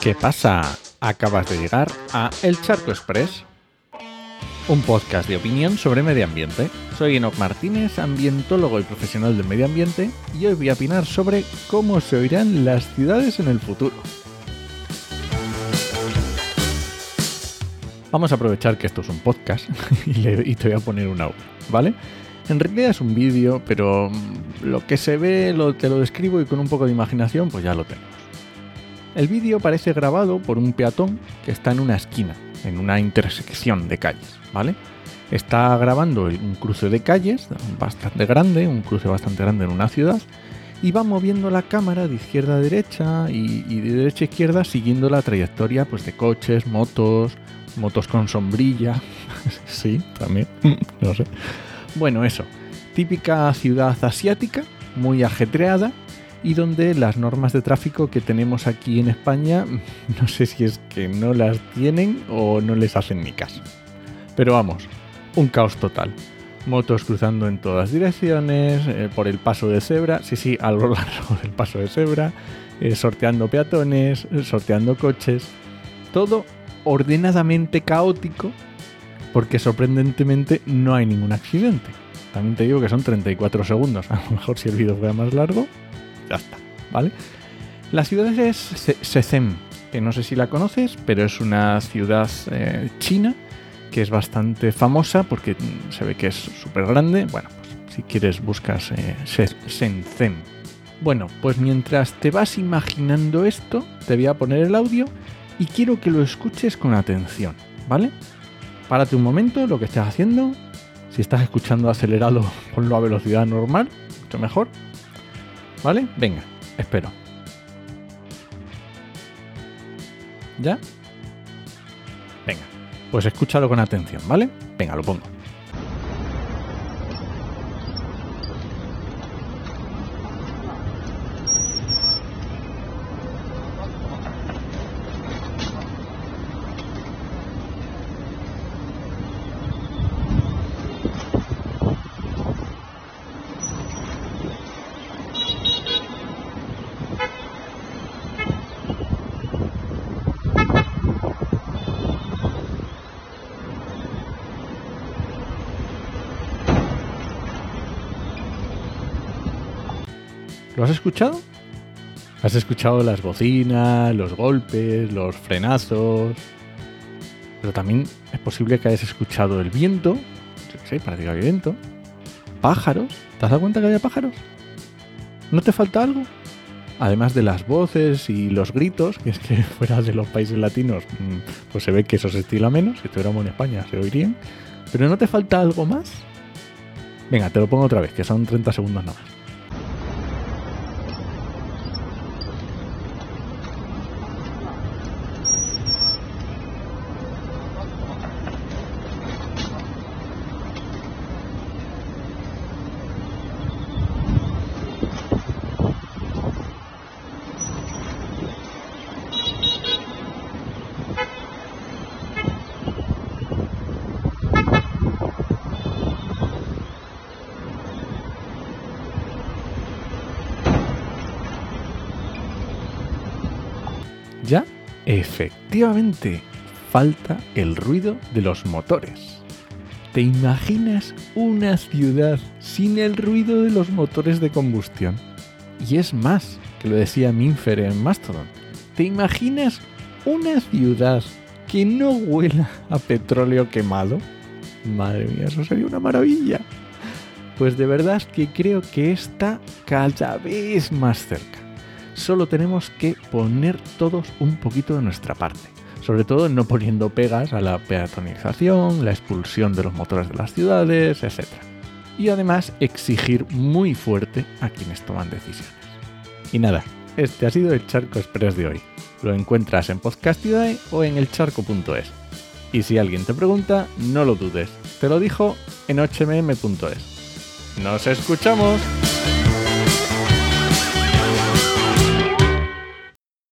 ¿Qué pasa? Acabas de llegar a El Charco Express, un podcast de opinión sobre medio ambiente. Soy Enoc Martínez, ambientólogo y profesional del medio ambiente, y hoy voy a opinar sobre cómo se oirán las ciudades en el futuro. Vamos a aprovechar que esto es un podcast y te voy a poner un audio, ¿vale? En realidad es un vídeo, pero lo que se ve te lo describo y con un poco de imaginación pues ya lo tenemos. El vídeo parece grabado por un peatón que está en una esquina, en una intersección de calles, ¿vale? Está grabando un cruce de calles bastante grande, un cruce bastante grande en una ciudad, y va moviendo la cámara de izquierda a derecha y de derecha a izquierda siguiendo la trayectoria pues, de coches, motos con sombrilla. Sí, también, no sé. Bueno, eso, típica ciudad asiática, muy ajetreada, y donde las normas de tráfico que tenemos aquí en España, no sé si es que no las tienen o no les hacen ni caso. Pero vamos, un caos total. Motos cruzando en todas direcciones, por el paso de cebra, sí, a lo largo del paso de cebra, sorteando peatones, sorteando coches, todo ordenadamente caótico, porque sorprendentemente no hay ningún accidente. También te digo que son 34 segundos, a lo mejor si el vídeo fuera más largo, ya está, ¿vale? La ciudad es Shenzhen, que no sé si la conoces, pero es una ciudad china que es bastante famosa porque se ve que es súper grande. Bueno, pues si quieres buscas Shenzhen. Bueno, pues mientras te vas imaginando esto, te voy a poner el audio y quiero que lo escuches con atención, ¿vale? Párate un momento, lo que estés haciendo. Si estás escuchando acelerado, ponlo a velocidad normal, mucho mejor. ¿Vale? Venga, espero. ¿Ya? Venga, pues escúchalo con atención, ¿vale? Venga, lo pongo. ¿Lo has escuchado? ¿Has escuchado las bocinas, los golpes, los frenazos? Pero también es posible que hayas escuchado el viento. Sí, parece que hay viento. Pájaros. ¿Te has dado cuenta que había pájaros? ¿No te falta algo? Además de las voces y los gritos, que es que fuera de los países latinos, pues se ve que eso se estila menos. Si estuviéramos en España se oirían. ¿Pero no te falta algo más? Venga, te lo pongo otra vez, que son 30 segundos nada más. Ya, efectivamente, falta el ruido de los motores. ¿Te imaginas una ciudad sin el ruido de los motores de combustión? Y es más, que lo decía Minfer en Mastodon, ¿te imaginas una ciudad que no huela a petróleo quemado? Madre mía, eso sería una maravilla. Pues de verdad es que creo que está cada vez más cerca. Solo tenemos que poner todos un poquito de nuestra parte. Sobre todo no poniendo pegas a la peatonización, la expulsión de los motores de las ciudades, etc. Y además exigir muy fuerte a quienes toman decisiones. Y nada, este ha sido el Charco Express de hoy. Lo encuentras en Podcastidae o en elcharco.es. Y si alguien te pregunta, no lo dudes. Te lo dijo en hmm.es. ¡Nos escuchamos!